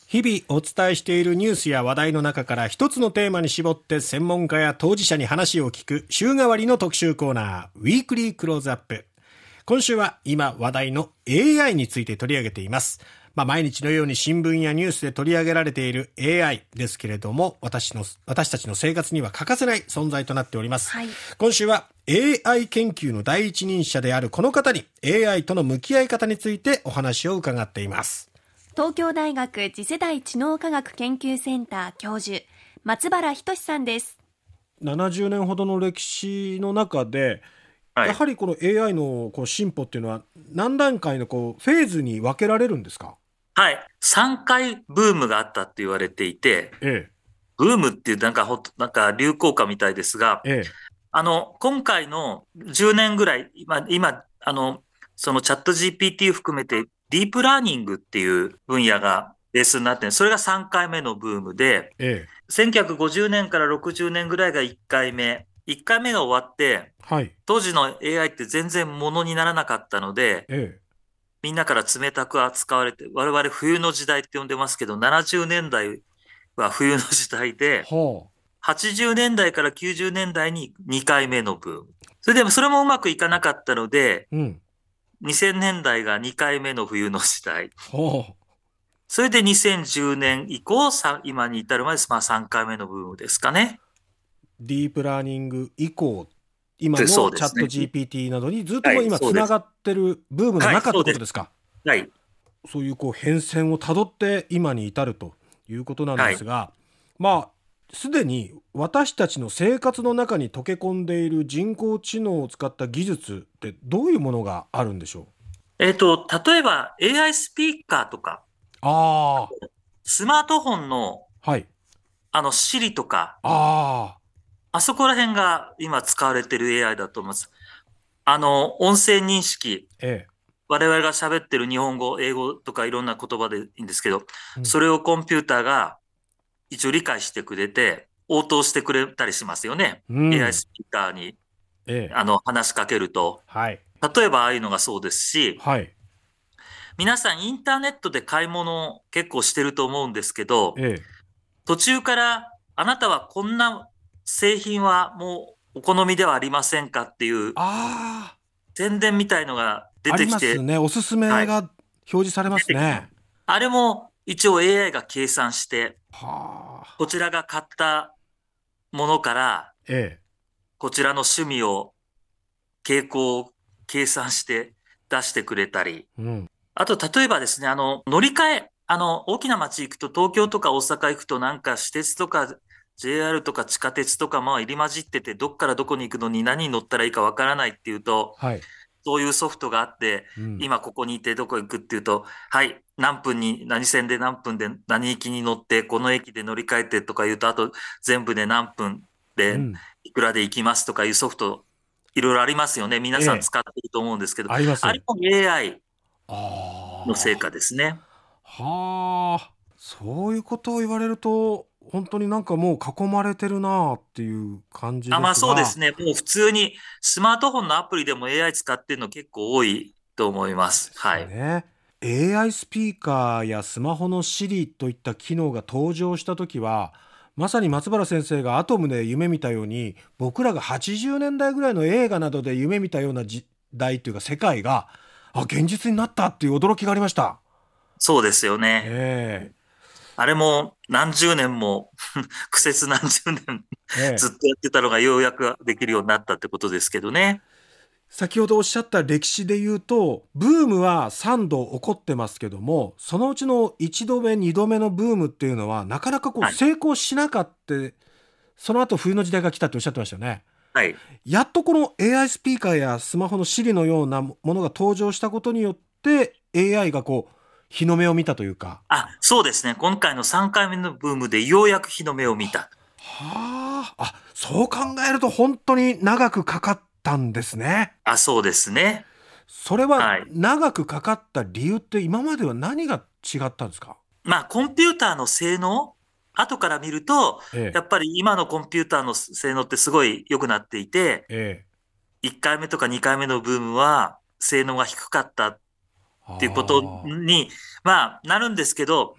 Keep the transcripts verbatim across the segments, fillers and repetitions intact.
日々お伝えしているニュースや話題の中から一つのテーマに絞って専門家や当事者に話を聞く週替わりの特集コーナー、ウィークリークローズアップ。今週は今話題の エーアイ について取り上げています。まあ、毎日のように新聞やニュースで取り上げられている エーアイ ですけれども、私の私たちの生活には欠かせない存在となっております、はい、今週は エーアイ 研究の第一人者であるこの方に エーアイ との向き合い方についてお話を伺っています。 東京大学次世代知能科学研究センター教授、松原仁さんです。 ななじゅうねんほどの歴史の中で、はい、やはりこの エーアイ のこう進歩っていうのは何段階のこうフェーズに分けられるんですか？ はい。さんかいブームがあったって言われていて、ええ、ブームっていうなんかほなんか流行歌みたいですが、ええ、あの、今回のじゅうねんぐらい、今、今、あの、そのチャット ジーピーティー 含めてディープラーニングっていう分野がベースになってる、それがさんかいめのブームで、ええ、せんきゅうひゃくごじゅうねんからろくじゅうねんぐらいがいっかいめ、いっかいめが終わって、はい、当時の エーアイ って全然ものにならなかったので、ええ、みんなから冷たく扱われて、我々冬の時代って呼んでますけど、ななじゅうねんだいは冬の時代で、はちじゅうねんだいからきゅうじゅうねんだいににかいめのブーム。それでもそれもうまくいかなかったので、うん、にせんねんだいがにかいめの冬の時代。それでにせんじゅうねん以降、今に至るまで、まあ、さんかいめのブームですかね。 ディープラーニング以降、今のチャット ジーピーティー などにずっと今つながってるブームの中ってことですか？ はい。 そういうこう変遷をたどって今に至るということなんですが、はい、まあすでに私たちの生活の中に溶け込んでいる人工知能を使った技術ってどういうものがあるんでしょう？ えっと、例えば エーアイ スピーカーとか、あスマートフォンの、はい、あの Siri とか、ああそこら辺が今使われている エーアイ だと思います。あの、音声認識。ええ、我々が喋ってる日本語、英語とかいろんな言葉でいいんですけど、うん、それをコンピューターが一応理解してくれて、応答してくれたりしますよね。うん、エーアイ スピーカーに、ええ、あの、話しかけると。はい、例えばああいうのがそうですし、はい、皆さんインターネットで買い物結構してると思うんですけど、ええ、途中からあなたはこんな製品はもうお好みではありませんかっていう宣伝みたいのが出てきて。 ありますね。おすすめが表示されますね。はい、 あれも一応 エーアイ が計算して、はあ、こちらが買ったものから、ええ、こちらの趣味を、傾向を計算して出してくれたり、うん、あと例えばですね、あの、乗り換え、あの、大きな街行くと、東京とか大阪行くとなんか私鉄とか ジェイアール とか地下鉄とかまあ入り混じってて、どっからどこに行くのに何に乗ったらいいかわからないっていうと、はい、そういうソフトがあって、うん、今ここにいてどこ行くっていうと、はい、何分に、何線で何分で何駅に乗って、この駅で乗り換えてとか言うと、あと全部で何分でいくらで行きますとかいうソフト、いろいろありますよね。皆さん使っていると思うんですけど、ええ、あります。あれも エーアイ の成果ですね。 はあ、そういうことを言われると、本当になんかもう囲まれてるなっていう感じですが。 あ、まあそうですね。もう普通にスマートフォンのアプリでも エーアイ 使ってるの結構多いと思います。 ですね。はい。エーアイ スピーカーやスマホの Siri といった機能が登場したときは、まさに松原先生がアトムで夢見たように、僕らがはちじゅうねんだいぐらいの映画などで夢見たような時代というか世界が、あ、現実になったっていう驚きがありました。 そうですよね。えーあれも何十年も苦節何十年ずっとやってたのがようやくできるようになったってことですけどね。 先ほどおっしゃった歴史で言うと、ブームはさんど起こってますけども、そのうちのいちどめにどめのブームっていうのはなかなかこう成功しなかった、はい、その後冬の時代が来たっておっしゃってましたよね。はい、やっとこの エーアイ スピーカーやスマホの Siri のようなものが登場したことによって エーアイ がこう日の目を見たというか。 あ、そうですね。今回のさんかいめのブームでようやく日の目を見た。 はあ、あ、そう考えると本当に長くかかったんですね。 あ、そうですね。 それは長くかかった理由って今までは何が違ったんですか？ まあ、コンピューターの性能、後から見ると、ええ、やっぱり今のコンピューターの性能ってすごい良くなっていて、ええ、いっかいめとかにかいめのブームは性能が低かったっていうことに、まあ、なるんですけど、うん、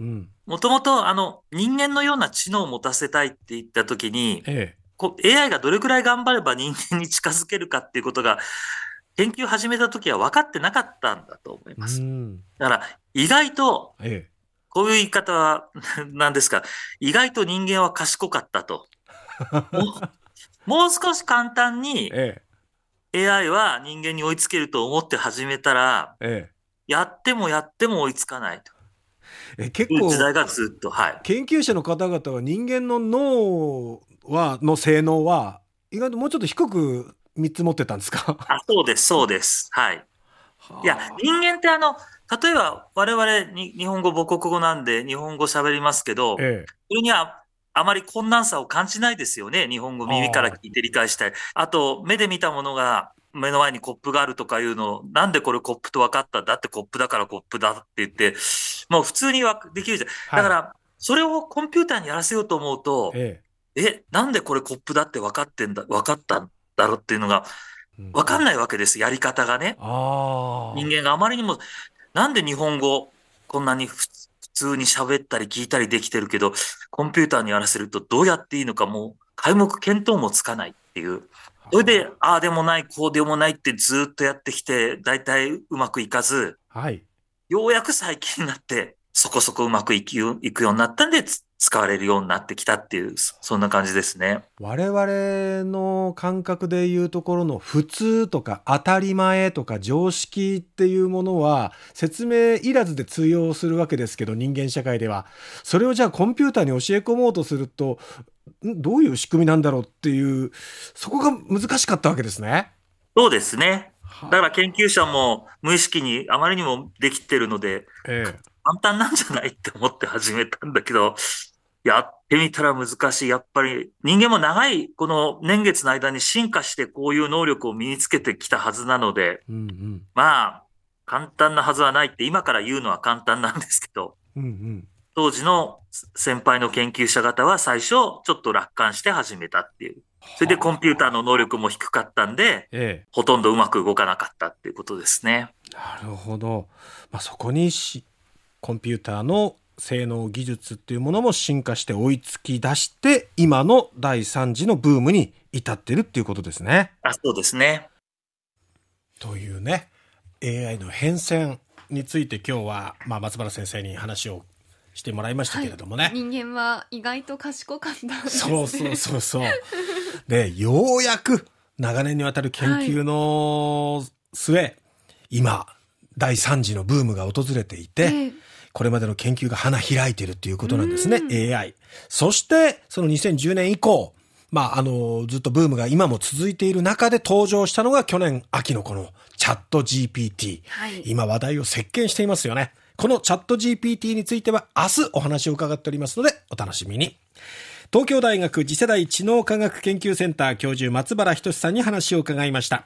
もともとあの人間のような知能を持たせたいって言ったときに、 ええ、 こう エーアイ がどれくらい頑張れば人間に近づけるかっていうことが、研究始めたときは分かってなかったんだと思います。だから意外と、こういう言い方は何ですか、意外と人間は賢かったと。もう、もう少し簡単に エーアイ は人間に追いつけると思って始めたら、やってもやっても追いつかないと。 え結構時代がずっと、はい。 研究者の方々は人間の脳はの性能は意外ともうちょっと低く見積もってたんですか？ あ、そうです、そうです。はい。いや、人間ってあの、例えば我々に日本語母国語なんで日本語喋りますけど、ええ、それにはあまり困難さを感じないですよね。日本語耳から聞いて理解したい。あと、目で見たものが目の前にコップがあるとかいうの、なんでこれコップと分かったんだってコップだからコップだって言って、もう普通にできるじゃん。はい、だから、それをコンピューターにやらせようと思うと、ええ、え、なんでこれコップだって分かってんだ、分かったんだろうっていうのが、分かんないわけです、やり方がね。あ人間があまりにも、なんで日本語、こんなに普通に喋ったり聞いたりできてるけど、コンピューターにやらせるとどうやっていいのかもう、皆目見当もつかないっていう。それで、ああでもない、こうでもないってずっとやってきて、だいたいうまくいかず、はい、ようやく最近になって、そこそこうまくいくようになったんで、使われるようになってきたっていう、そんな感じですね。 我々の感覚でいうところの普通とか当たり前とか常識っていうものは説明いらずで通用するわけですけど、人間社会ではそれをじゃあコンピューターに教え込もうとするとどういう仕組みなんだろうっていう、そこが難しかったわけですね。 そうですね。だから研究者も無意識にあまりにもできてるので、ええ、簡単なんじゃないって思って始めたんだけど、やってみたら難しい。やっぱり人間も長いこの年月の間に進化してこういう能力を身につけてきたはずなので、うんうん、まあ簡単なはずはないって今から言うのは簡単なんですけど、うんうん、当時の先輩の研究者方は最初ちょっと楽観して始めたっていう。それでコンピューターの能力も低かったんで、ええ、ほとんどうまく動かなかったっていうことですね。 なるほど。まあ、そこにしコンピューターの性能技術っていうものも進化して追いつき出して今のだいさん次のブームに至ってるっていうことですね。 あ、そうですね。 というね エーアイ の変遷について今日は、まあ、松原先生に話をしてもらいましたけれどもね、はい、 人間は意外と賢かったんですね。 そうそうそうそうでようやく長年にわたる研究の末、はい、今だいさん次のブームが訪れていて、えーこれまでの研究が花開いているということなんですね、エーアイ。そして、そのにせんじゅうねん以降、まあ、あの、ずっとブームが今も続いている中で登場したのが去年秋のこのチャット ジーピーティー、はい。今話題を席巻していますよね。このチャット ジーピーティー については明日お話を伺っておりますので、お楽しみに。東京大学次世代知能科学研究センター教授松原仁さんに話を伺いました。